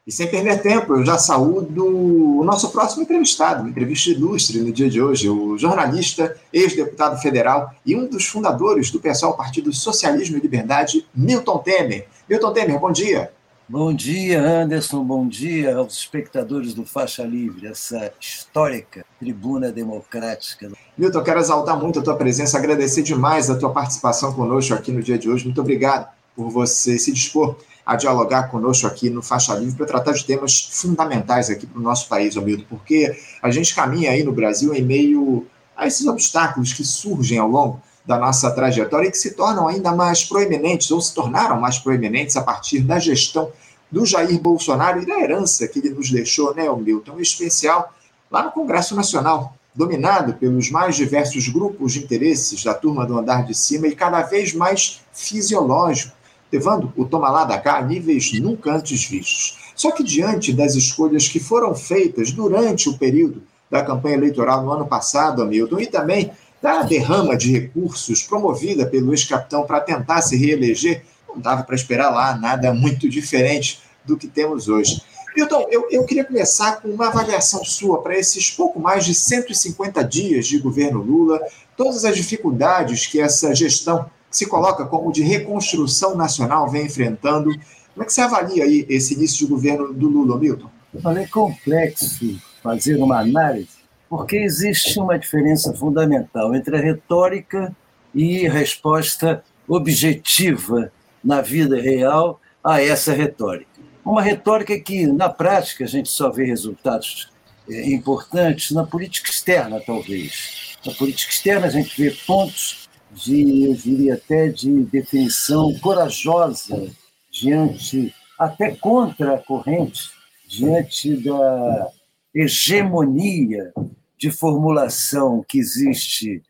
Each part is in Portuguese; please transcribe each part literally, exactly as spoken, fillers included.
E sem perder tempo, eu já saúdo o nosso próximo entrevistado, uma entrevista ilustre no dia de hoje, o jornalista, ex-deputado federal e um dos fundadores do PSOL, Partido Socialismo e Liberdade, Milton Temer. Milton Temer, bom dia. Bom dia, Anderson, bom dia aos espectadores do Faixa Livre, essa histórica tribuna democrática. Milton, quero exaltar muito a tua presença, agradecer demais a tua participação conosco aqui no dia de hoje. Muito obrigado por você se dispor a dialogar conosco aqui no Faixa Livre para tratar de temas fundamentais aqui para o nosso país, Milton, porque a gente caminha aí no Brasil em meio a esses obstáculos que surgem ao longo da nossa trajetória e que se tornam ainda mais proeminentes, ou se tornaram mais proeminentes a partir da gestão do Jair Bolsonaro e da herança que ele nos deixou, né, Milton, em especial lá no Congresso Nacional, dominado pelos mais diversos grupos de interesses da turma do andar de cima e cada vez mais fisiológico, levando o toma lá da cá a níveis nunca antes vistos. Só que diante das escolhas que foram feitas durante o período da campanha eleitoral no ano passado, Hamilton, e também da derrama de recursos promovida pelo ex-capitão para tentar se reeleger, não dava para esperar lá nada muito diferente do que temos hoje. Milton, eu, eu queria começar com uma avaliação sua para esses pouco mais de cento e cinquenta dias de governo Lula, todas as dificuldades que essa gestão que se coloca como de reconstrução nacional vem enfrentando. Como é que você avalia aí esse início de governo do Lula, Milton? É complexo fazer uma análise, porque existe uma diferença fundamental entre a retórica e a resposta objetiva na vida real a essa retórica. Uma retórica que, na prática, a gente só vê resultados importantes na política externa, talvez. Na política externa, a gente vê pontos de, eu diria até, de definição corajosa diante, até contra a corrente, diante da hegemonia de formulação que existe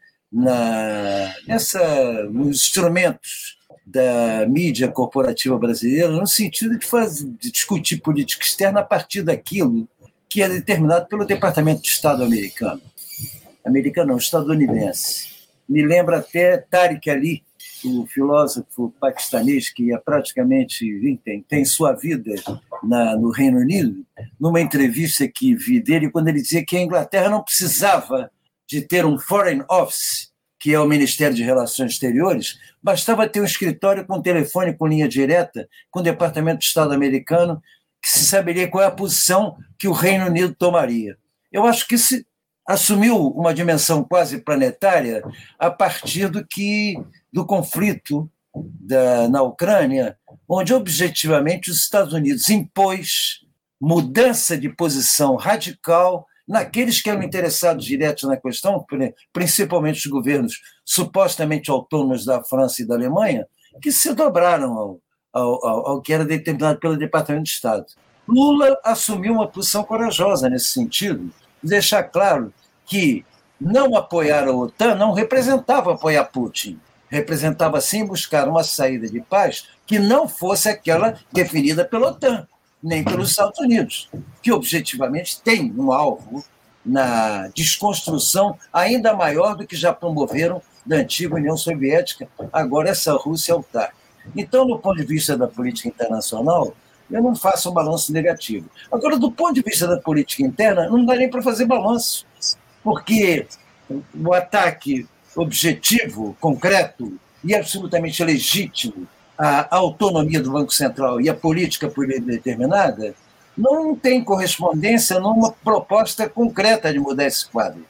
na, nessa, nos instrumentos da mídia corporativa brasileira, no sentido de, fazer, de discutir política externa a partir daquilo que é determinado pelo Departamento de Estado americano. Americano não, estadunidense. Me lembra até Tariq Ali, o filósofo paquistanês que é praticamente tem, tem sua vida na, no Reino Unido, numa entrevista que vi dele, quando ele dizia que a Inglaterra não precisava de ter um Foreign Office, que é o Ministério de Relações Exteriores, bastava ter um escritório com telefone com linha direta com o Departamento de Estado americano, que se saberia qual é a posição que o Reino Unido tomaria. Eu acho que isso assumiu uma dimensão quase planetária a partir do, que, do conflito da, na Ucrânia, onde objetivamente os Estados Unidos impôs mudança de posição radical naqueles que eram interessados diretos na questão, principalmente os governos supostamente autônomos da França e da Alemanha, que se dobraram ao, ao, ao, ao que era determinado pelo Departamento de Estado. Lula assumiu uma posição corajosa nesse sentido, deixar claro que não apoiar a OTAN não representava apoiar Putin, representava sim buscar uma saída de paz que não fosse aquela definida pela OTAN, nem pelos Estados Unidos, que objetivamente tem um alvo na desconstrução ainda maior do que já promoveram da antiga União Soviética, agora essa Rússia autárquica. Então, do ponto de vista da política internacional, eu não faço um balanço negativo. Agora, do ponto de vista da política interna, não dá nem para fazer balanço, porque o ataque objetivo, concreto e absolutamente legítimo a autonomia do Banco Central e a política por ele determinada não tem correspondência numa proposta concreta de mudar esse quadro.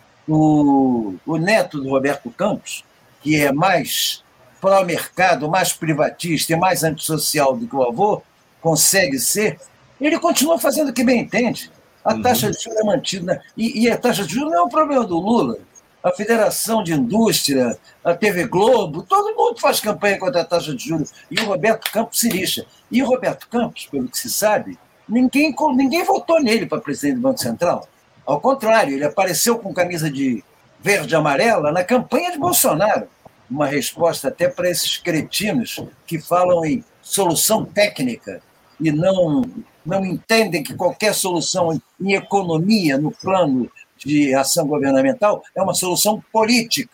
O, o neto do Roberto Campos, que é mais pró-mercado, mais privatista e mais antissocial do que o avô, consegue ser, ele continua fazendo o que bem entende. A taxa de juros é mantida. E, e a taxa de juros não é um problema do Lula. A Federação de Indústria, a T V Globo, todo mundo faz campanha contra a taxa de juros. E o Roberto Campos se lixa. E o Roberto Campos, pelo que se sabe, ninguém, ninguém votou nele para presidente do Banco Central. Ao contrário, ele apareceu com camisa de verde e amarela na campanha de Bolsonaro. Uma resposta até para esses cretinos que falam em solução técnica e não, não entendem que qualquer solução em economia, no plano de ação governamental, é uma solução política.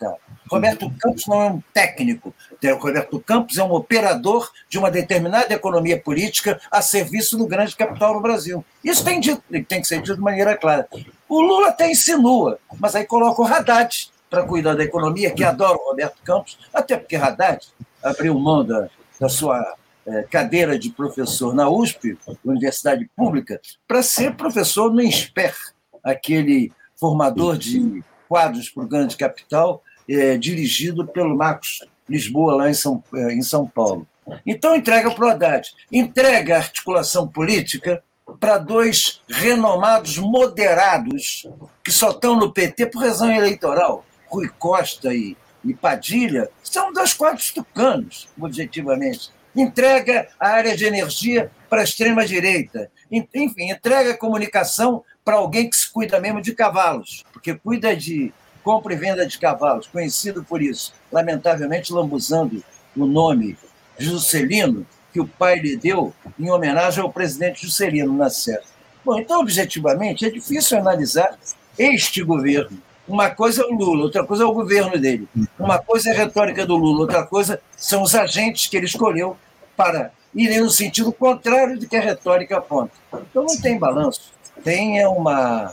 Roberto Campos não é um técnico. O Roberto Campos é um operador de uma determinada economia política a serviço do grande capital no Brasil. Isso tem, dito, tem que ser dito de maneira clara. O Lula até insinua, mas aí coloca o Haddad para cuidar da economia, que adora o Roberto Campos, até porque Haddad abriu mão da, da sua é, cadeira de professor na U S P, Universidade Pública, para ser professor no INSPER, aquele formador de quadros para o grande capital, é, dirigido pelo Marcos Lisboa, lá em São, é, em São Paulo. Então, entrega para o Haddad, entrega a articulação política para dois renomados moderados que só estão no P T por razão eleitoral. Rui Costa e, e Padilha são dois quadros tucanos, objetivamente. Entrega a área de energia para a extrema-direita. Enfim, entrega a comunicação para alguém que se cuida mesmo de cavalos, porque cuida de compra e venda de cavalos, conhecido por isso, lamentavelmente lambuzando o nome Juscelino, que o pai lhe deu em homenagem ao presidente Juscelino Nasser. Bom, então, objetivamente, é difícil analisar este governo. Uma coisa é o Lula, outra coisa é o governo dele. Uma coisa é a retórica do Lula, outra coisa são os agentes que ele escolheu para irem no sentido contrário do que a retórica aponta. Então não tem balanço, tem uma,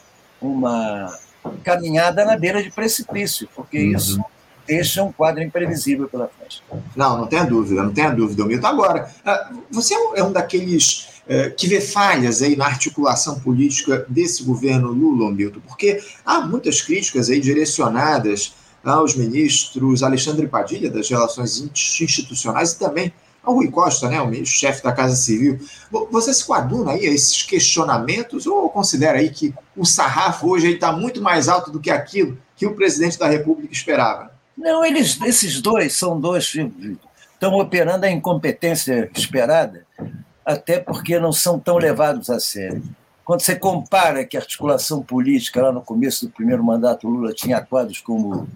uma caminhada na beira de precipício, porque uhum. isso deixa um quadro imprevisível pela frente. Não, não tenha dúvida, não tenha dúvida, Milton. Agora, você é um daqueles que vê falhas aí na articulação política desse governo Lula, Milton, porque há muitas críticas aí direcionadas aos ministros Alexandre Padilha, das Relações Institucionais, e também ao Rui Costa, né, o ministro-chefe da Casa Civil. Você se coaduna aí a esses questionamentos ou considera aí que o sarrafo hoje está muito mais alto do que aquilo que o presidente da República esperava? Não, eles, esses dois são dois estão operando a incompetência esperada, até porque não são tão levados a sério. Quando você compara que a articulação política, lá no começo do primeiro mandato, Lula tinha quadros como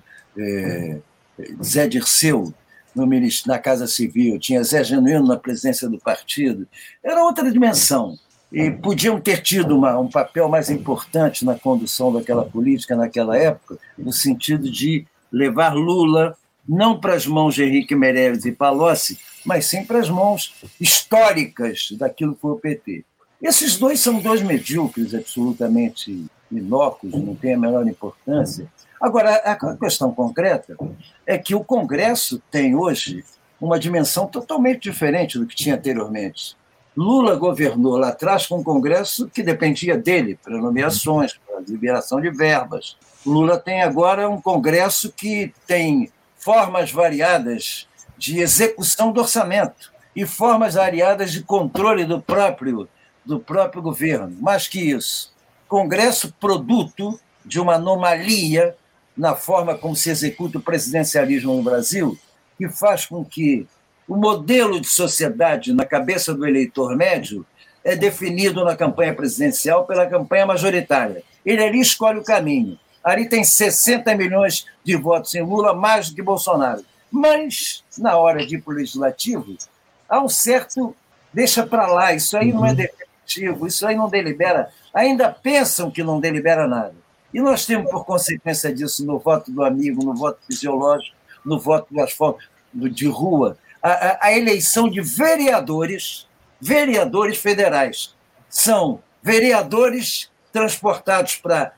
é, Zé Dirceu no ministro, na Casa Civil, tinha Zé Genuíno na presidência do partido, era outra dimensão. E podiam ter tido uma, um papel mais importante na condução daquela política naquela época, no sentido de levar Lula não para as mãos de Henrique Meirelles e Palocci, mas sim para as mãos históricas daquilo que foi o P T. Esses dois são dois medíocres, absolutamente inócuos, não têm a menor importância. Agora, a questão concreta é que o Congresso tem hoje uma dimensão totalmente diferente do que tinha anteriormente. Lula governou lá atrás com um Congresso que dependia dele para nomeações, para liberação de verbas. Lula tem agora um Congresso que tem formas variadas de execução do orçamento e formas variadas de controle do próprio, do próprio governo. Mais que isso, Congresso produto de uma anomalia na forma como se executa o presidencialismo no Brasil, que faz com que o modelo de sociedade na cabeça do eleitor médio é definido na campanha presidencial pela campanha majoritária. Ele ali escolhe o caminho. Ali tem sessenta milhões de votos em Lula, mais do que Bolsonaro. Mas, na hora de ir para o legislativo, há um certo deixa para lá, isso aí não é definitivo, isso aí não delibera. Ainda pensam que não delibera nada. E nós temos, por consequência disso, no voto do amigo, no voto fisiológico, no voto das formas de rua, a, a, a eleição de vereadores, vereadores federais. São vereadores transportados para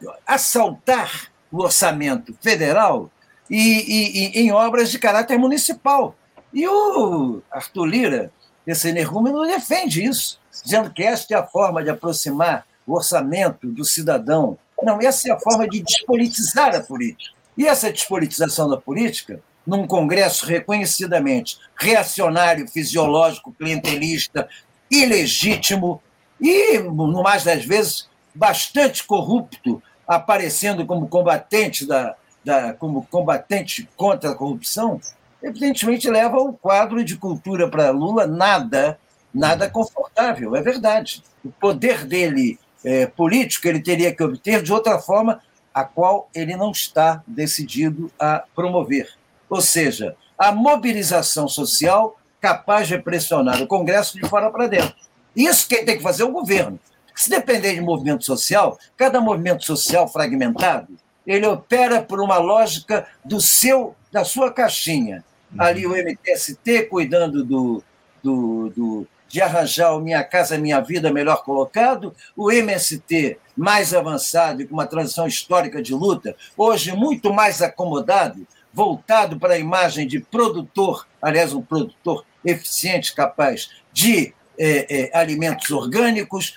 assaltar o orçamento federal e, e, e em obras de caráter municipal. E o Arthur Lira, esse energúmeno, defende isso, dizendo que esta é a forma de aproximar o orçamento do cidadão. Não, essa é a forma de despolitizar a política. E essa despolitização da política, num Congresso reconhecidamente reacionário, fisiológico, clientelista, ilegítimo e, no mais das vezes, bastante corrupto, aparecendo como combatente, da, da, como combatente contra a corrupção, evidentemente leva ao quadro de cultura para Lula nada, nada confortável, é verdade. O poder dele é, político ele teria que obter de outra forma, a qual ele não está decidido a promover. Ou seja, a mobilização social capaz de pressionar o Congresso de fora para dentro. Isso quem tem que fazer é o governo. Se depender de movimento social, cada movimento social fragmentado ele opera por uma lógica do seu, da sua caixinha. Uhum. Ali o M T S T cuidando do, do, do, de arranjar o Minha Casa Minha Vida melhor colocado, o M S T mais avançado e com uma transição histórica de luta, hoje muito mais acomodado, voltado para a imagem de produtor, aliás, um produtor eficiente, capaz de é, é, alimentos orgânicos,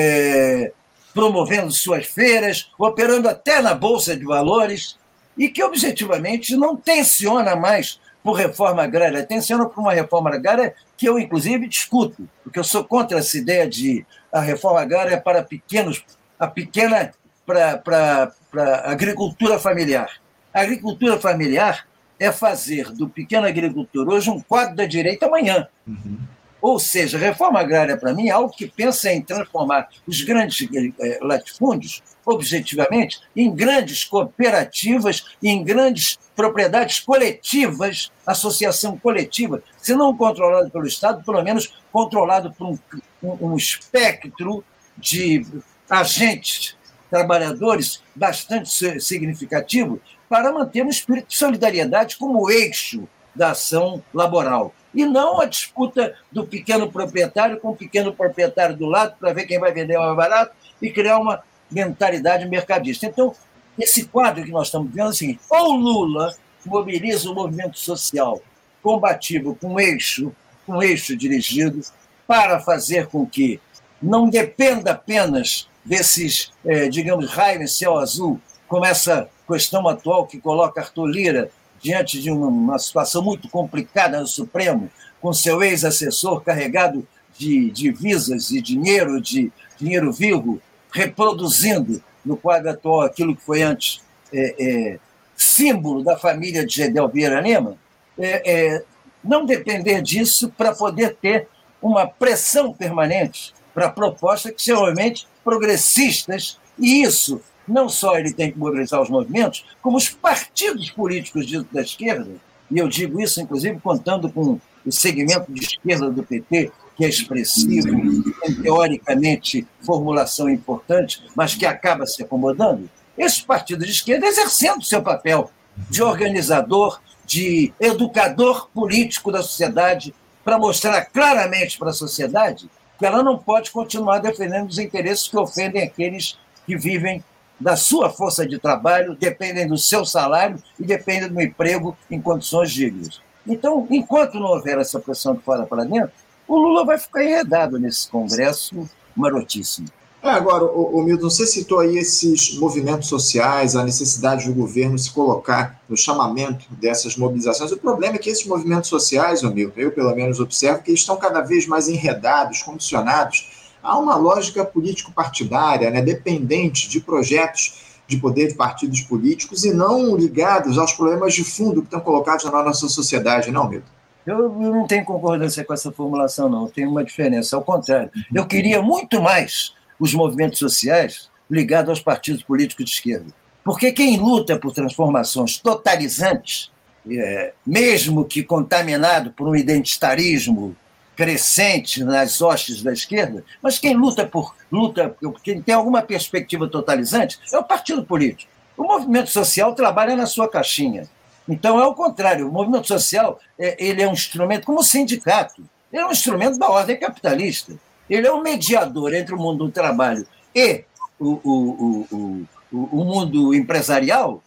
é, promovendo suas feiras, operando até na Bolsa de Valores, e que, objetivamente, não tensiona mais por reforma agrária, tensiona por uma reforma agrária que eu, inclusive, discuto, porque eu sou contra essa ideia de a reforma agrária para pequenos, a pequena, para, para, para a agricultura familiar. A agricultura familiar é fazer do pequeno agricultor hoje um quadro da direita amanhã. Uhum. Ou seja, a reforma agrária, para mim, é algo que pensa em transformar os grandes latifúndios, objetivamente, em grandes cooperativas, em grandes propriedades coletivas, associação coletiva, se não controlado pelo Estado, pelo menos controlado por um, um, um espectro de agentes trabalhadores bastante significativo para manter um espírito de solidariedade como eixo da ação laboral. E não a disputa do pequeno proprietário com o pequeno proprietário do lado para ver quem vai vender mais barato e criar uma mentalidade mercadista. Então, esse quadro que nós estamos vendo é o seguinte: ou Lula mobiliza o movimento social combativo com eixo, com eixo dirigido, para fazer com que não dependa apenas desses, eh, digamos, raios em céu azul, como essa questão atual que coloca Arthur Lira diante de uma situação muito complicada no Supremo, com seu ex-assessor carregado de divisas e dinheiro, de dinheiro vivo, reproduzindo no quadro atual aquilo que foi antes é, é, símbolo da família de Gedel Vieira Lima, é, é, não depender disso para poder ter uma pressão permanente para propostas que são realmente progressistas, e isso não só ele tem que mobilizar os movimentos, como os partidos políticos da esquerda, e eu digo isso, inclusive, contando com o segmento de esquerda do P T, que é expressivo, tem teoricamente formulação importante, mas que acaba se acomodando, esses partidos de esquerda exercendo seu papel de organizador, de educador político da sociedade, para mostrar claramente para a sociedade que ela não pode continuar defendendo os interesses que ofendem aqueles que vivem da sua força de trabalho, dependem do seu salário e dependem do emprego em condições dignas. Então, enquanto não houver essa pressão de fora para dentro, o Lula vai ficar enredado nesse Congresso marotíssimo. É, agora, o, o Milton, você citou aí esses movimentos sociais, a necessidade do governo se colocar no chamamento dessas mobilizações. O problema é que esses movimentos sociais, o Milton, eu pelo menos observo que eles estão cada vez mais enredados, condicionados a uma lógica político-partidária, né, dependente de projetos de poder de partidos políticos e não ligados aos problemas de fundo que estão colocados na nossa sociedade, não, Milton? Eu, eu não tenho concordância com essa formulação, não. Tem uma diferença. Ao contrário, eu queria muito mais os movimentos sociais ligados aos partidos políticos de esquerda. Porque quem luta por transformações totalizantes, é, mesmo que contaminado por um identitarismo crescente nas hostes da esquerda, mas quem luta por luta, quem tem alguma perspectiva totalizante, é o partido político. O movimento social trabalha na sua caixinha. Então, é o contrário. O movimento social é, ele é um instrumento, como o sindicato, ele é um instrumento da ordem capitalista. Ele é um mediador entre o mundo do trabalho e o, o, o, o, o mundo empresarial,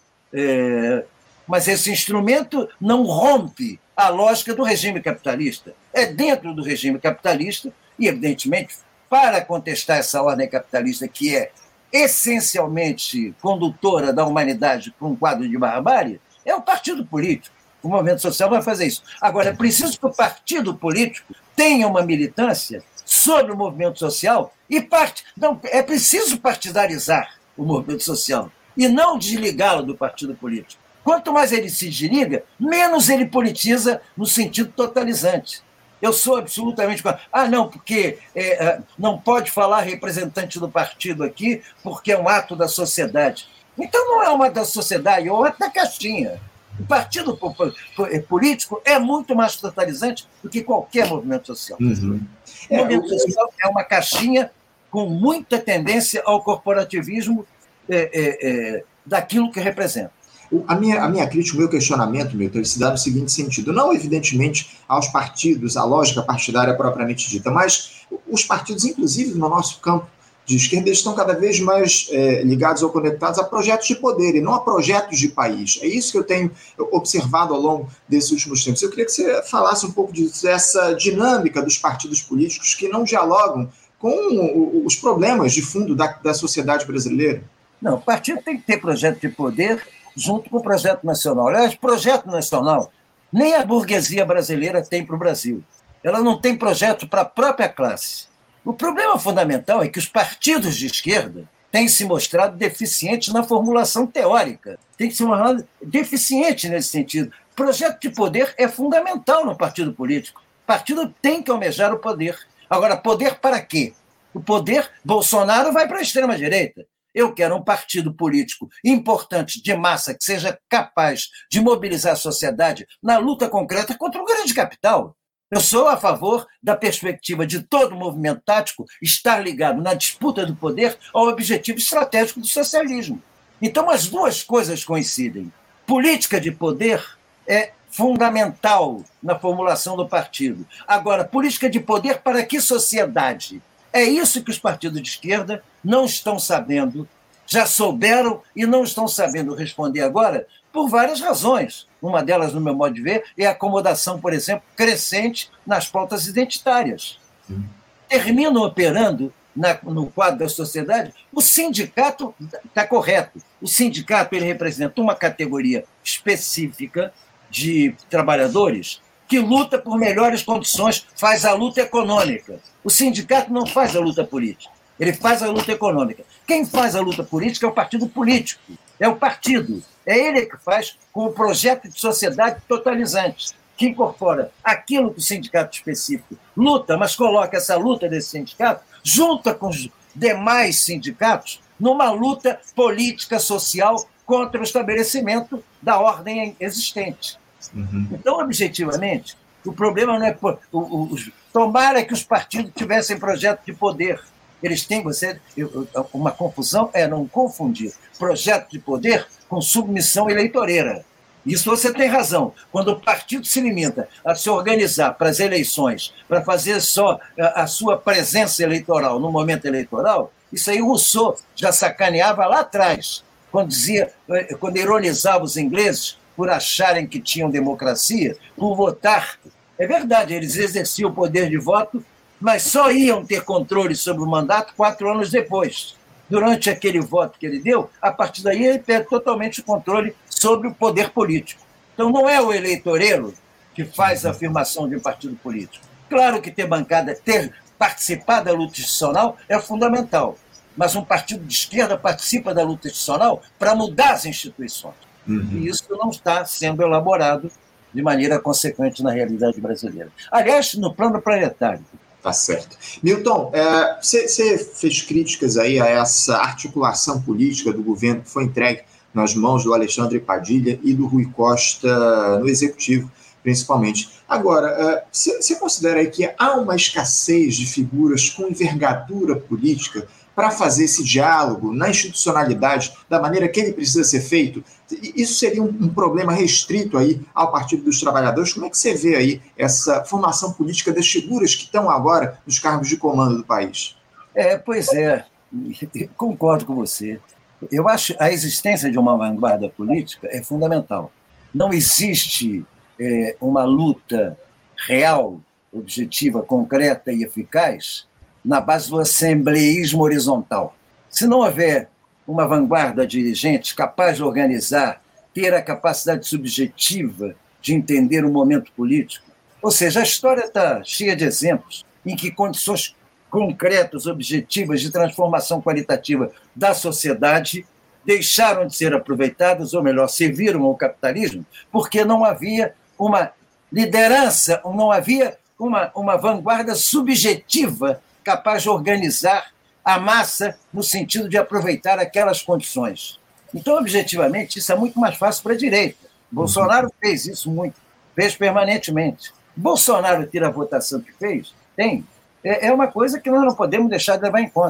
é, mas esse instrumento não rompe a lógica do regime capitalista. É dentro do regime capitalista e, evidentemente, para contestar essa ordem capitalista que é essencialmente condutora da humanidade para um quadro de barbárie, é o partido político. O movimento social vai fazer isso. Agora, é preciso que o partido político tenha uma militância sobre o movimento social e parte... não, é preciso partidarizar o movimento social e não desligá-lo do partido político. Quanto mais ele se desliga, menos ele politiza no sentido totalizante. Eu sou absolutamente... Ah, não, porque é, não pode falar representante do partido aqui porque é um ato da sociedade. Então não é um ato da sociedade, é um ato da caixinha. O partido político é muito mais totalizante do que qualquer movimento social. Uhum. O movimento social é uma caixinha com muita tendência ao corporativismo é, é, é, daquilo que representa. A minha, a minha crítica, o meu questionamento, Milton, ele se dá no seguinte sentido. Não, evidentemente, aos partidos, à lógica partidária propriamente dita, mas os partidos, inclusive no nosso campo de esquerda, estão cada vez mais é, ligados ou conectados a projetos de poder e não a projetos de país. É isso que eu tenho observado ao longo desses últimos tempos. Eu queria que você falasse um pouco dessa dinâmica dos partidos políticos que não dialogam com os problemas de fundo da, da sociedade brasileira. Não, o partido tem que ter projeto de poder junto com o projeto nacional. Aliás, projeto nacional nem a burguesia brasileira tem para o Brasil. Ela não tem projeto para a própria classe. O problema fundamental é que os partidos de esquerda têm se mostrado deficientes na formulação teórica, têm se mostrado deficientes nesse sentido. Projeto de poder é fundamental no partido político. O partido tem que almejar o poder. Agora, poder para quê? O poder, Bolsonaro vai para a extrema-direita. Eu quero um partido político importante, de massa, que seja capaz de mobilizar a sociedade na luta concreta contra o grande capital. Eu sou a favor da perspectiva de todo movimento tático estar ligado na disputa do poder ao objetivo estratégico do socialismo. Então, as duas coisas coincidem. Política de poder é fundamental na formulação do partido. Agora, política de poder para que sociedade? É isso que os partidos de esquerda não estão sabendo, já souberam e não estão sabendo responder agora por várias razões. Uma delas, no meu modo de ver, é a acomodação, por exemplo, crescente nas pautas identitárias. Sim. Terminam operando na, no quadro da sociedade. O sindicato está correto. O sindicato ele representa uma categoria específica de trabalhadores que luta por melhores condições, faz a luta econômica. O sindicato não faz a luta política, ele faz a luta econômica. Quem faz a luta política é o partido político, é o partido. É ele que faz com o projeto de sociedade totalizante, que incorpora aquilo que o sindicato específico luta, mas coloca essa luta desse sindicato junto com os demais sindicatos numa luta política, social, contra o estabelecimento da ordem existente. Uhum. Então, objetivamente, o problema não é... O, o, tomara que os partidos tivessem projeto de poder. Eles têm... Você, uma confusão é não confundir projeto de poder com submissão eleitoreira. Isso você tem razão. Quando o partido se limita a se organizar para as eleições, para fazer só a, a sua presença eleitoral no momento eleitoral, isso aí Rousseau já sacaneava lá atrás, quando dizia, quando ironizava os ingleses por acharem que tinham democracia, por votar. É verdade, eles exerciam o poder de voto, mas só iam ter controle sobre o mandato quatro anos depois. Durante aquele voto que ele deu, a partir daí ele perde totalmente o controle sobre o poder político. Então não é o eleitoreiro que faz a afirmação de um partido político. Claro que ter bancada, ter participado da luta institucional é fundamental, mas um partido de esquerda participa da luta institucional para mudar as instituições. Uhum. E isso não está sendo elaborado de maneira consequente na realidade brasileira. Aliás, no plano planetário. Tá certo. Milton, você é, fez críticas aí a essa articulação política do governo que foi entregue nas mãos do Alexandre Padilha e do Rui Costa no Executivo, principalmente. Agora, você considera aí que há uma escassez de figuras com envergadura política para fazer esse diálogo na institucionalidade da maneira que ele precisa ser feito? Isso seria um, um problema restrito aí ao Partido dos Trabalhadores? Como é que você vê aí essa formação política das figuras que estão agora nos cargos de comando do país? É, pois é, concordo com você. Eu acho que a existência de uma vanguarda política é fundamental. Não existe é, uma luta real, objetiva, concreta e eficaz na base do assembleísmo horizontal. Se não houver uma vanguarda dirigente capaz de organizar, ter a capacidade subjetiva de entender o momento político, ou seja, a história está cheia de exemplos em que condições concretas, objetivas de transformação qualitativa da sociedade deixaram de ser aproveitadas, ou melhor, serviram ao capitalismo, porque não havia uma liderança, não havia uma, uma vanguarda subjetiva capaz de organizar a massa no sentido de aproveitar aquelas condições. Então, objetivamente, isso é muito mais fácil para a direita. Bolsonaro fez isso muito, fez permanentemente. Bolsonaro ter a votação que fez, tem, é uma coisa que nós não podemos deixar de levar em conta.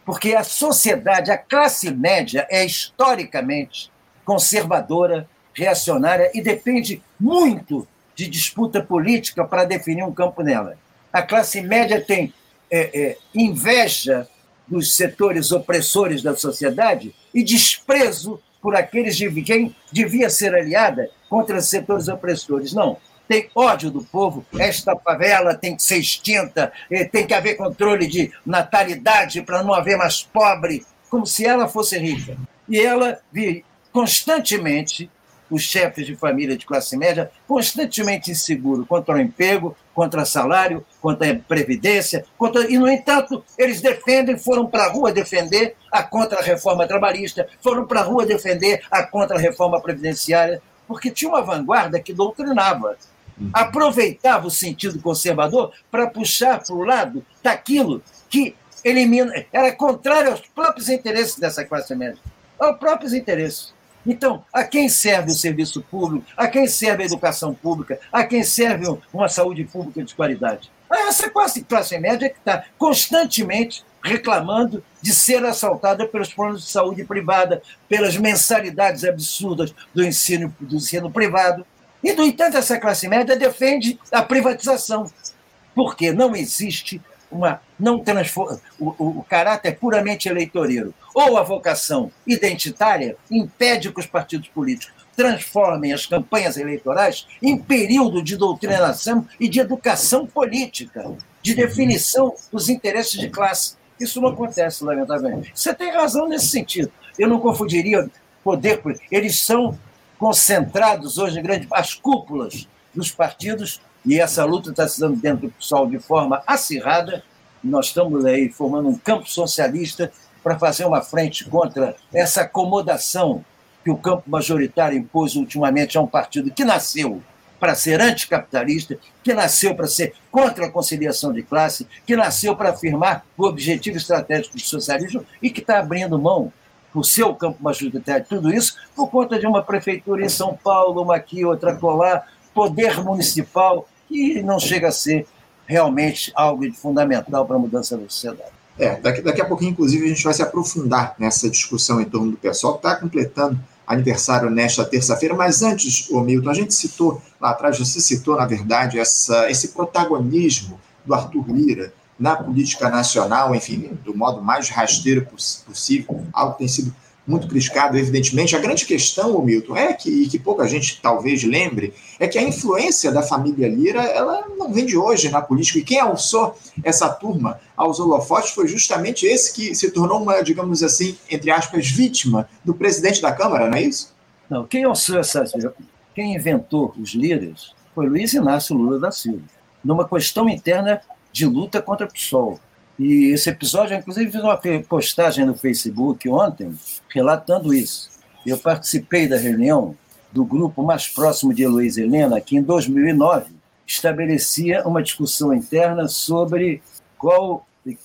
porque a sociedade, a classe média é historicamente conservadora, reacionária e depende muito de disputa política para definir um campo nela. A classe média tem é, é, inveja dos setores opressores da sociedade e desprezo por aqueles de quem devia ser aliada contra os setores opressores. Não, tem ódio do povo, esta favela tem que ser extinta, tem que haver controle de natalidade para não haver mais pobre, como se ela fosse rica. E ela vê constantemente os chefes de família de classe média constantemente inseguros contra o emprego, contra salário, contra a previdência, contra... e, no entanto, eles defendem, foram para a rua defender a contra-reforma trabalhista, foram para a rua defender a contra-reforma previdenciária, porque tinha uma vanguarda que doutrinava, aproveitava o sentido conservador para puxar para o lado daquilo que elimina, era contrário aos próprios interesses dessa classe média, aos próprios interesses. Então, a quem serve o serviço público, a quem serve a educação pública, a quem serve uma saúde pública de qualidade? Essa classe, classe média que está constantemente reclamando de ser assaltada pelos planos de saúde privada, pelas mensalidades absurdas do ensino, do ensino privado. E, no entanto, essa classe média defende a privatização, porque não existe uma... não transforma, o, o, o caráter puramente eleitoreiro ou a vocação identitária impede que os partidos políticos transformem as campanhas eleitorais em período de doutrinação e de educação política, de definição dos interesses de classe. Isso não acontece, lamentavelmente. Você tem razão nesse sentido. Eu não confundiria poder... Eles são concentrados hoje em grande... as cúpulas dos partidos, e essa luta está se dando dentro do pessoal de forma acirrada. Nós estamos aí formando um campo socialista para fazer uma frente contra essa acomodação que o campo majoritário impôs ultimamente a um partido que nasceu para ser anticapitalista, que nasceu para ser contra a conciliação de classe, que nasceu para afirmar o objetivo estratégico do socialismo e que está abrindo mão do seu campo majoritário, tudo isso por conta de uma prefeitura em São Paulo, uma aqui, outra colar, poder municipal, que não chega a ser realmente algo de fundamental para a mudança da sociedade. É, daqui, daqui a pouquinho, inclusive, a gente vai se aprofundar nessa discussão em torno do pessoal que está completando aniversário nesta terça-feira, mas antes, ô Milton, a gente citou, lá atrás, você citou, na verdade, essa, esse protagonismo do Arthur Lira na política nacional, enfim, do modo mais rasteiro possível, algo que tem sido muito criticado, evidentemente. A grande questão, ô Milton, é que, e que pouca gente talvez lembre, é que a influência da família Lira, ela não vem de hoje na política, e quem alçou essa turma aos holofotes foi justamente esse que se tornou uma, digamos assim, entre aspas, vítima do presidente da Câmara, não é isso? Não, quem alçou essa... Quem inventou os Liras foi Luiz Inácio Lula da Silva, numa questão interna de luta contra o PSOL. E esse episódio, inclusive, fiz uma postagem no Facebook ontem, relatando isso. Eu participei da reunião do grupo mais próximo de Heloísa Helena, que em dois mil e nove estabelecia uma discussão interna sobre qual,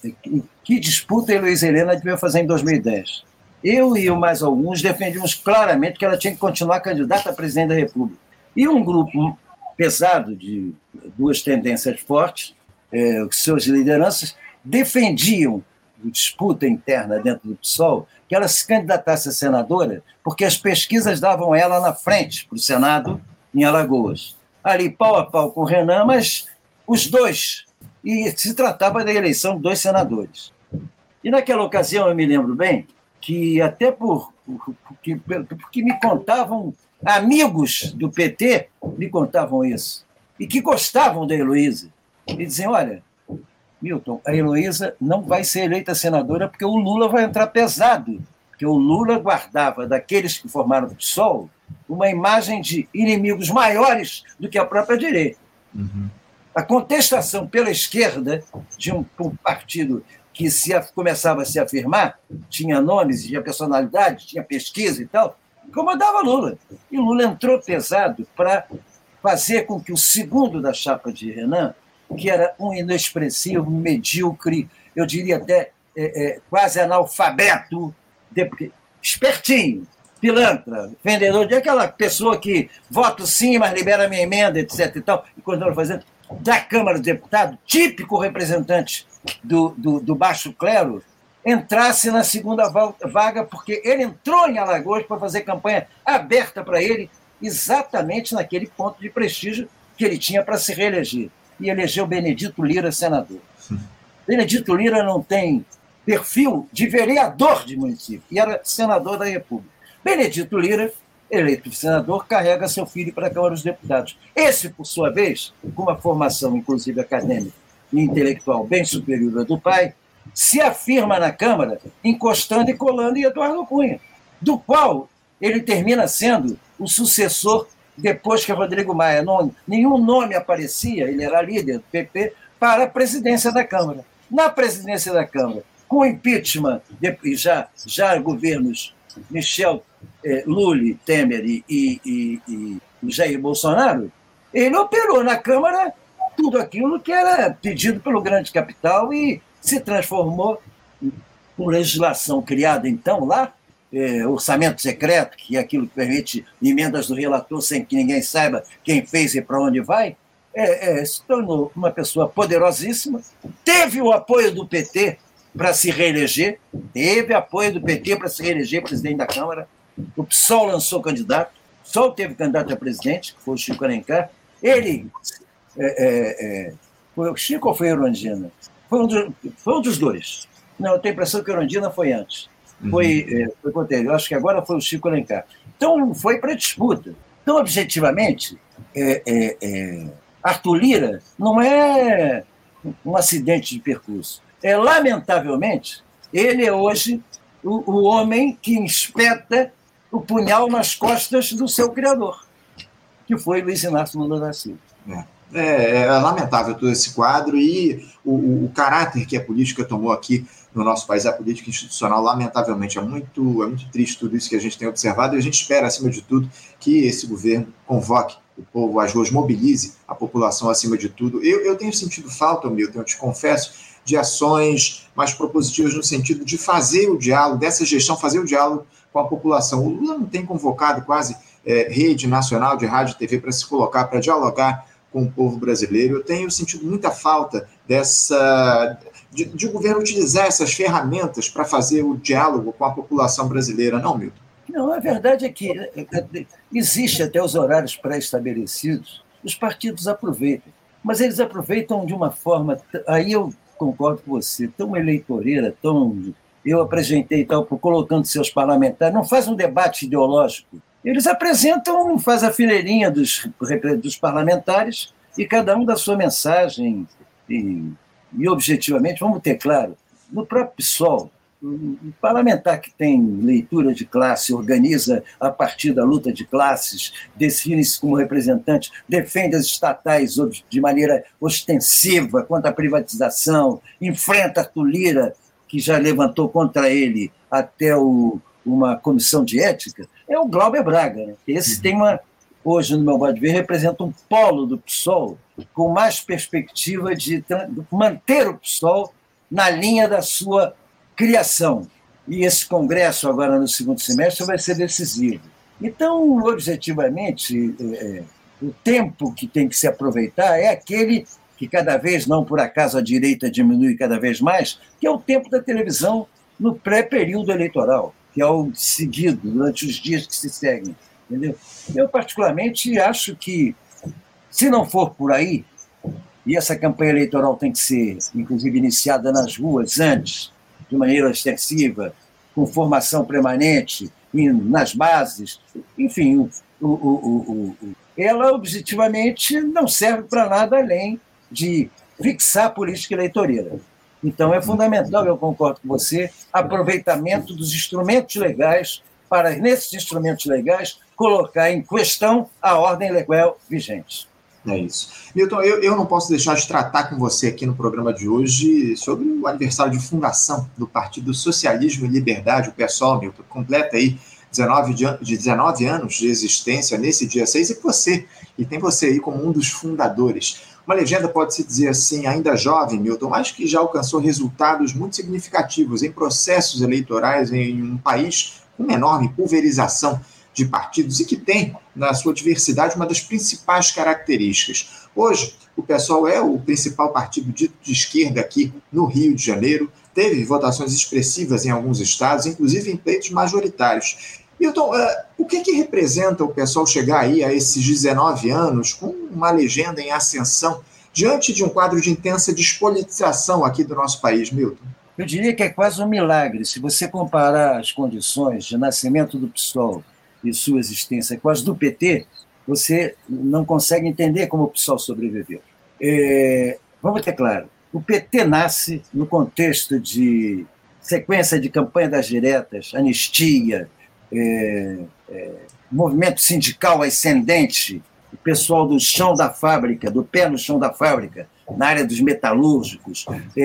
que disputa a Heloísa Helena devia fazer em dois mil e dez. Eu e mais alguns defendíamos claramente que ela tinha que continuar candidata a presidente da República. E um grupo pesado, de duas tendências fortes, é, suas lideranças, defendiam a disputa interna dentro do PSOL, que ela se candidatasse a senadora, porque as pesquisas davam ela na frente para o Senado em Alagoas. Ali, pau a pau com o Renan, mas os dois. E se tratava da eleição de dois senadores. E naquela ocasião, eu me lembro bem, que até por, porque, porque me contavam, amigos do P T me contavam isso, e que gostavam da Heloísa. E diziam, olha, Milton, a Heloísa não vai ser eleita senadora porque o Lula vai entrar pesado, porque o Lula guardava daqueles que formaram o PSOL uma imagem de inimigos maiores do que a própria direita. Uhum. A contestação pela esquerda de um, um partido que se, começava a se afirmar, tinha nomes, tinha personalidade, tinha pesquisa e tal, incomodava Lula. E Lula entrou pesado para fazer com que o segundo da chapa de Renan, que era um inexpressivo, medíocre, eu diria até é, é, quase analfabeto, de, espertinho, pilantra, vendedor, de aquela pessoa que voto sim, mas libera minha emenda, etc e tal, e continua fazendo, da Câmara dos Deputados, típico representante do, do, do baixo clero, entrasse na segunda vaga, porque ele entrou em Alagoas para fazer campanha aberta para ele, exatamente naquele ponto de prestígio que ele tinha para se reeleger. E elegeu Benedito Lira senador. Sim. Benedito Lira não tem perfil de vereador de município, e era senador da República. Benedito Lira, eleito senador, carrega seu filho para a Câmara dos Deputados. Esse, por sua vez, com uma formação, inclusive acadêmica e intelectual bem superior à do pai, se afirma na Câmara, encostando e colando em Eduardo Cunha, do qual ele termina sendo o sucessor depois que Rodrigo Maia. Não, nenhum nome aparecia, ele era líder do P P, para a presidência da Câmara. Na presidência da Câmara, com impeachment, de, já, já governos Michel eh, Lula, Temer e, e, e, e Jair Bolsonaro, ele operou na Câmara tudo aquilo que era pedido pelo grande capital e se transformou, por legislação criada então lá, eh, orçamento secreto, que é aquilo que permite emendas do relator sem que ninguém saiba quem fez e para onde vai, é, é, se tornou uma pessoa poderosíssima, teve o apoio do P T para se reeleger, teve apoio do P T para se reeleger presidente da Câmara, o PSOL lançou candidato, o PSOL teve candidato a presidente, que foi o Chico Alencar, ele, é, é, é, foi o Chico ou foi a Erundina? Foi um, do, foi um dos dois. Não, eu tenho a impressão que a Erundina foi antes. Foi, uhum. é, foi conteúdo. Eu acho que agora foi o Chico Alencar. Então, foi para disputa. Então, objetivamente, é, é, é, Arthur Lira não é um acidente de percurso. É, lamentavelmente, ele é hoje o, o homem que espeta o punhal nas costas do seu criador, que foi Luiz Inácio Lula da Silva. É. É, é lamentável todo esse quadro e o, o, o caráter que a política tomou aqui no nosso país, a política institucional, lamentavelmente, é muito, é muito triste tudo isso que a gente tem observado e a gente espera, acima de tudo, que esse governo convoque o povo às ruas, mobilize a população acima de tudo. Eu, eu tenho sentido falta, Milton, eu te confesso, de ações mais propositivas no sentido de fazer o diálogo, dessa gestão, fazer o diálogo com a população. O Lula não tem convocado quase é, rede nacional de rádio e T V para se colocar, para dialogar com o povo brasileiro. Eu tenho sentido muita falta dessa, de, de o governo utilizar essas ferramentas para fazer o diálogo com a população brasileira, não, Milton? Não, a verdade é que existe até os horários pré-estabelecidos, os partidos aproveitam, mas eles aproveitam de uma forma, aí eu concordo com você, tão eleitoreira, tão... Eu apresentei tal, colocando seus parlamentares, não faz um debate ideológico. Eles apresentam, faz a fileirinha dos, dos parlamentares e cada um dá sua mensagem. E, e, objetivamente, vamos ter claro, no próprio PSOL, o parlamentar que tem leitura de classe, organiza a partir da luta de classes, define-se como representante, defende as estatais de maneira ostensiva contra a privatização, enfrenta Arthur Lira, que já levantou contra ele até o, uma comissão de ética, é o Glauber Braga. Né? Esse tem uma, hoje, no meu modo de ver, representa um polo do PSOL com mais perspectiva de manter o PSOL na linha da sua criação. E esse congresso, agora no segundo semestre, vai ser decisivo. Então, objetivamente, é, o tempo que tem que se aproveitar é aquele que cada vez, não por acaso a direita diminui cada vez mais, que é o tempo da televisão no pré-período eleitoral, que é o seguido, durante os dias que se seguem. Entendeu? Eu, particularmente, acho que, se não for por aí, e essa campanha eleitoral tem que ser, inclusive, iniciada nas ruas antes, de maneira extensiva, com formação permanente, nas bases, enfim, o, o, o, o, ela objetivamente não serve para nada além de fixar a política eleitoreira. Então é fundamental, eu concordo com você, aproveitamento dos instrumentos legais para, nesses instrumentos legais, colocar em questão a ordem legal vigente. É isso. Milton, eu, eu não posso deixar de tratar com você aqui no programa de hoje sobre o aniversário de fundação do Partido Socialismo e Liberdade, o PSOL, Milton, completa aí dezenove, de dezenove anos de existência nesse dia seis, e você, e tem você aí como um dos fundadores. Uma legenda, pode-se dizer assim, ainda jovem, Milton, mas que já alcançou resultados muito significativos em processos eleitorais em um país com uma enorme pulverização de partidos e que tem, na sua diversidade, uma das principais características. Hoje, o PSOL é o principal partido dito de esquerda aqui no Rio de Janeiro, teve votações expressivas em alguns estados, inclusive em pleitos majoritários. Milton, uh, o que, que representa o pessoal chegar aí a esses dezenove anos com uma legenda em ascensão diante de um quadro de intensa despolitização aqui do nosso país, Milton? Eu diria que é quase um milagre. Se você comparar as condições de nascimento do PSOL e sua existência com as do P T, você não consegue entender como o PSOL sobreviveu. É, vamos ter claro, o P T nasce no contexto de sequência de campanha das diretas, anistia, é, é, movimento sindical ascendente, o pessoal do chão da fábrica, do pé no chão da fábrica, na área dos metalúrgicos,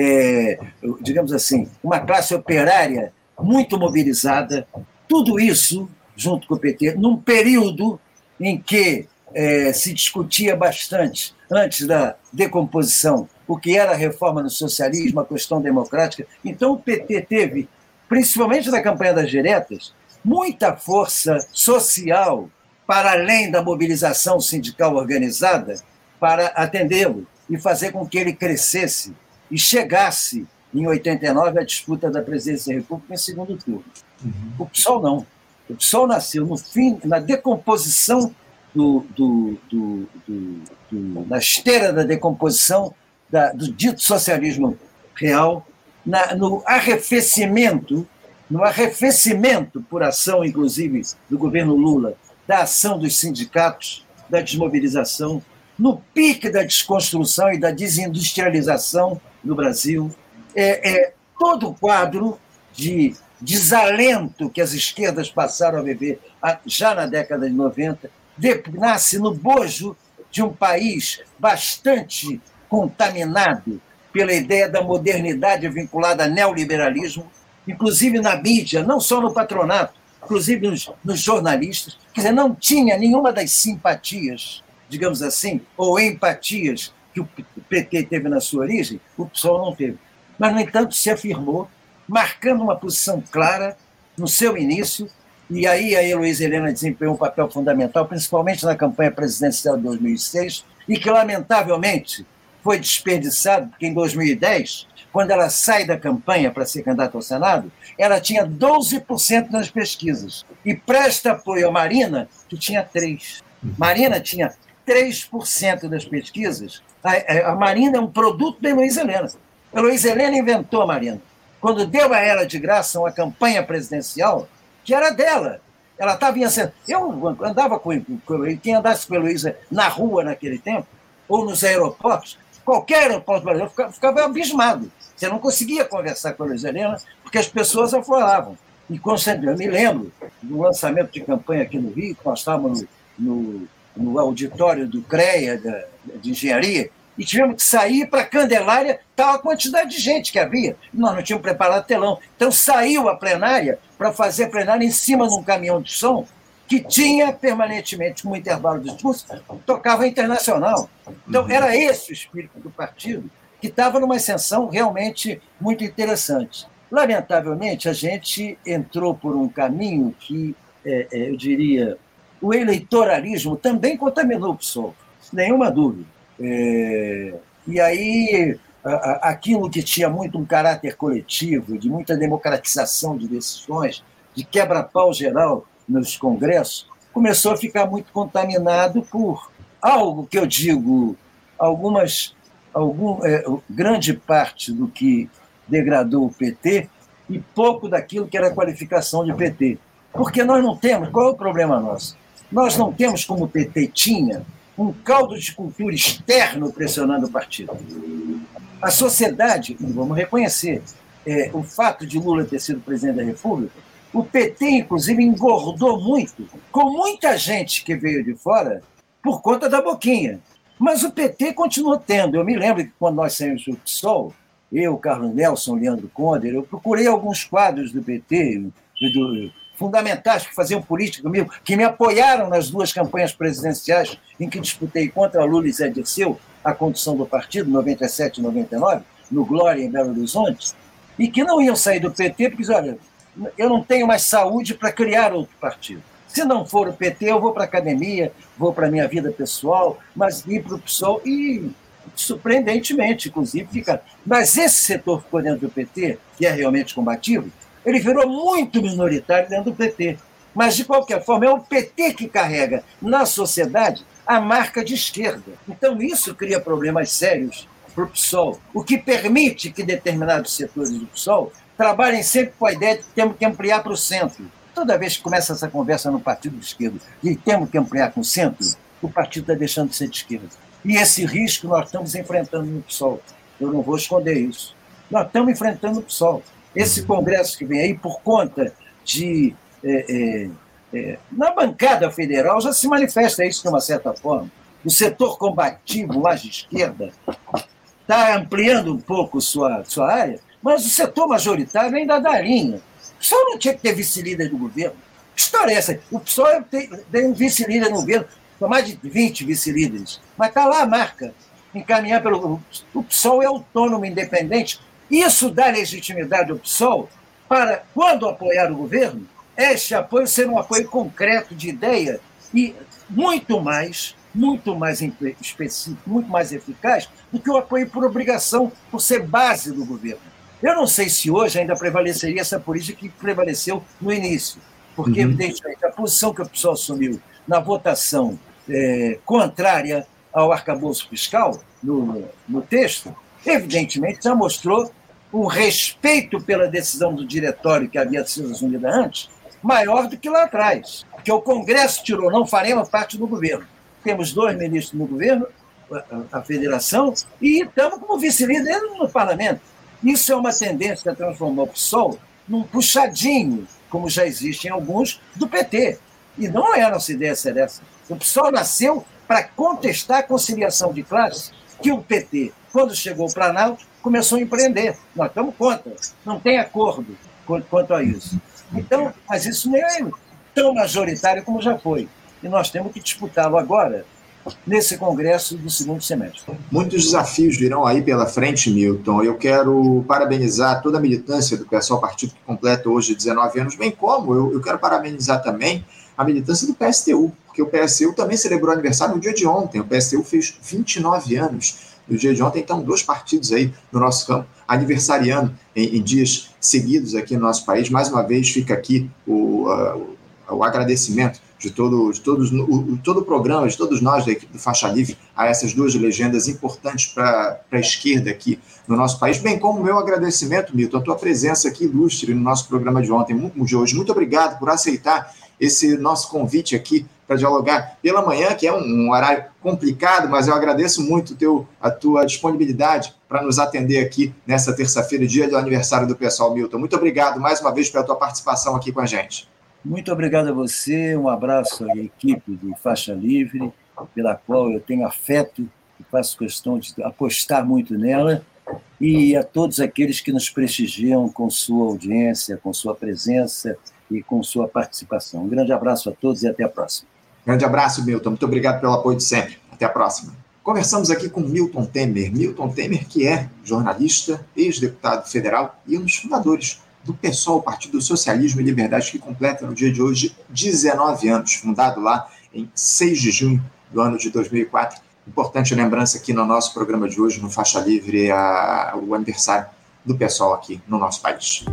é, digamos assim, uma classe operária muito mobilizada, tudo isso, junto com o P T, num período em que é, se discutia bastante, antes da decomposição, o que era a reforma no socialismo, a questão democrática. Então, o P T teve, principalmente na campanha das diretas, muita força social para além da mobilização sindical organizada para atendê-lo e fazer com que ele crescesse e chegasse, em oitenta e nove, à disputa da presidência da República em segundo turno. Uhum. O PSOL não. O PSOL nasceu no fim, na decomposição, do, do, do, do, do, na esteira da decomposição da, do dito socialismo real, na, no arrefecimento, no arrefecimento, por ação, inclusive, do governo Lula, da ação dos sindicatos, da desmobilização, no pique da desconstrução e da desindustrialização no Brasil. É, é todo o quadro de desalento que as esquerdas passaram a viver já na década de noventa, de, nasce no bojo de um país bastante contaminado pela ideia da modernidade vinculada ao neoliberalismo, inclusive na mídia, não só no patronato, inclusive nos, nos jornalistas. Quer dizer, não tinha nenhuma das simpatias, digamos assim, ou empatias que o P T teve na sua origem, o PSOL não teve. Mas, no entanto, se afirmou, marcando uma posição clara no seu início, e aí a Heloísa Helena desempenhou um papel fundamental, principalmente na campanha presidencial de dois mil e seis, e que, lamentavelmente, foi desperdiçado, porque em dois mil e dez, quando ela sai da campanha para ser candidata ao Senado, ela tinha doze por cento nas pesquisas, e presta apoio a Marina, que tinha três por cento. Marina tinha três por cento das pesquisas. A, a Marina é um produto da Heloísa Helena. A Heloísa Helena inventou a Marina. Quando deu a ela de graça uma campanha presidencial, que era dela. Ela estava em ascensão. Eu andava com, com quem andasse com a Heloísa na rua naquele tempo, ou nos aeroportos, qualquer aeroporto brasileiro ficava, ficava abismado. Você não conseguia conversar com a Heloísa Helena, porque as pessoas a falavam. E eu me lembro do lançamento de campanha aqui no Rio, que nós estávamos no, no, no auditório do CREA, da, de engenharia, e tivemos que sair para a Candelária, tal a quantidade de gente que havia. Nós não tínhamos preparado telão. Então saiu a plenária para fazer a plenária em cima de um caminhão de som que tinha permanentemente, com um intervalo de discurso, tocava internacional. Então era esse o espírito do partido, que estava numa ascensão realmente muito interessante. Lamentavelmente, a gente entrou por um caminho que, é, é, eu diria, o eleitoralismo também contaminou o PSOL, nenhuma dúvida. É, e aí, a, a, aquilo que tinha muito um caráter coletivo, de muita democratização de decisões, de quebra-pau geral nos congressos, começou a ficar muito contaminado por algo que eu digo, algumas, algum, é, grande parte do que degradou o P T e pouco daquilo que era a qualificação de P T. Porque nós não temos, qual é o problema nosso? Nós não temos, como o P T tinha, um caldo de cultura externo pressionando o partido. A sociedade, vamos reconhecer, é, o fato de Lula ter sido presidente da República, o P T, inclusive, engordou muito, com muita gente que veio de fora, por conta da boquinha. Mas o P T continuou tendo. Eu me lembro que quando nós saímos do PSOL, eu, Carlos Nelson, Leandro Conder, eu procurei alguns quadros do P T, do, fundamentais que faziam política comigo, que me apoiaram nas duas campanhas presidenciais em que disputei contra Lula e Zé Dirceu a condução do partido, noventa e sete e noventa e nove, no Glória, em Belo Horizonte, e que não iam sair do P T porque, olha, eu não tenho mais saúde para criar outro partido. Se não for o P T, eu vou para a academia, vou para a minha vida pessoal, mas ir para o PSOL. E surpreendentemente, inclusive, fica... Mas esse setor ficou dentro do P T, que é realmente combativo, ele virou muito minoritário dentro do P T. Mas, de qualquer forma, é o P T que carrega na sociedade a marca de esquerda. Então, isso cria problemas sérios para o PSOL, o que permite que determinados setores do PSOL trabalhem sempre com a ideia de que temos que ampliar para o centro. Toda vez que começa essa conversa no partido de esquerda e temos que ampliar para o centro, o partido está deixando de ser de esquerda. E esse risco nós estamos enfrentando no PSOL. Eu não vou esconder isso. Nós estamos enfrentando o PSOL. Esse congresso que vem aí, por conta de... É, é, é, na bancada federal já se manifesta isso de uma certa forma. O setor combativo, mais de esquerda, está ampliando um pouco sua, sua área, mas o setor majoritário ainda dá linha. O PSOL não tinha que ter vice-líder do governo. Que história é essa? O PSOL tem, tem um vice-líder no governo, são mais de vinte vice-líderes, mas está lá a marca, encaminhar pelo... O PSOL é autônomo, independente. Isso dá legitimidade ao PSOL para, quando apoiar o governo, este apoio ser um apoio concreto de ideia e muito mais, muito mais específico, muito mais eficaz do que o apoio por obrigação, por ser base do governo. Eu não sei se hoje ainda prevaleceria essa política que prevaleceu no início, porque, uhum. evidentemente, a posição que o PSOL assumiu na votação é, contrária ao arcabouço fiscal, no, no texto, evidentemente já mostrou um respeito pela decisão do diretório que havia sido assumida antes, maior do que lá atrás. Porque o Congresso tirou, não faremos parte do governo. Temos dois ministros no governo, a, a federação, e estamos como vice-líder no parlamento. Isso é uma tendência a transformar o PSOL num puxadinho, como já existe em alguns, do P T. E não é a nossa ideia ser essa. O PSOL nasceu para contestar a conciliação de classes que o P T, quando chegou para a Planalto, começou a empreender. Nós estamos contra. Não tem acordo quanto a isso. Então, mas isso nem é tão majoritário como já foi. E nós temos que disputá-lo agora, nesse congresso do segundo semestre. Muitos desafios virão aí pela frente, Milton. Eu quero parabenizar toda a militância do PSOL, partido que completa hoje dezenove anos, bem como eu, eu quero parabenizar também a militância do P S T U, porque o P S T U também celebrou aniversário no dia de ontem. O P S T U fez vinte e nove anos no dia de ontem, então dois partidos aí no nosso campo aniversariando em, em dias seguidos aqui no nosso país. Mais uma vez fica aqui o, uh, o, o agradecimento de, todo, de todos, o, todo o programa, de todos nós da equipe do Faixa Livre, a essas duas legendas importantes para a esquerda aqui no nosso país, bem como o meu agradecimento, Milton, a tua presença aqui ilustre no nosso programa de ontem, de hoje. Muito obrigado por aceitar esse nosso convite aqui para dialogar pela manhã, que é um, um horário complicado, mas eu agradeço muito teu, a tua disponibilidade para nos atender aqui nessa terça-feira, dia do aniversário do PSOL, Milton. Muito obrigado mais uma vez pela tua participação aqui com a gente. Muito obrigado a você, um abraço à equipe do Faixa Livre, pela qual eu tenho afeto e faço questão de apostar muito nela, e a todos aqueles que nos prestigiam com sua audiência, com sua presença e com sua participação. Um grande abraço a todos e até a próxima. Grande abraço, Milton. Muito obrigado pelo apoio de sempre. Até a próxima. Conversamos aqui com Milton Temer. Milton Temer, que é jornalista, ex-deputado federal e um dos fundadores do PSOL, Partido Socialismo e Liberdade, que completa no dia de hoje dezenove anos, fundado lá em seis de junho do ano de dois mil e quatro. Importante lembrança aqui no nosso programa de hoje, no Faixa Livre, a, o aniversário do PSOL aqui no nosso país.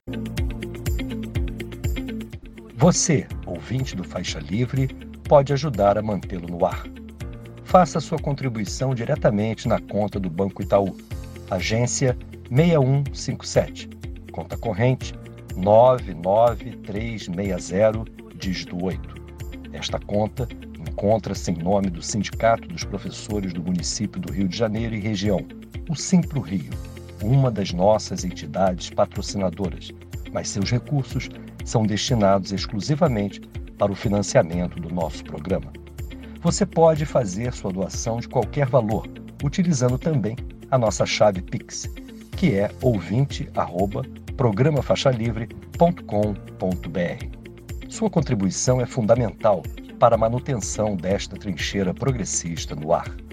Você, ouvinte do Faixa Livre, pode ajudar a mantê-lo no ar. Faça sua contribuição diretamente na conta do Banco Itaú, agência seis um cinco sete, conta corrente nove nove três seis zero, dígito oito. Esta conta encontra-se em nome do Sindicato dos Professores do Município do Rio de Janeiro e região, o Simpro Rio, uma das nossas entidades patrocinadoras, mas seus recursos são destinados exclusivamente para o financiamento do nosso programa. Você pode fazer sua doação de qualquer valor, utilizando também a nossa chave Pix, que é ouvinte arroba programa faixa livre ponto com ponto br. Sua contribuição é fundamental para a manutenção desta trincheira progressista no ar.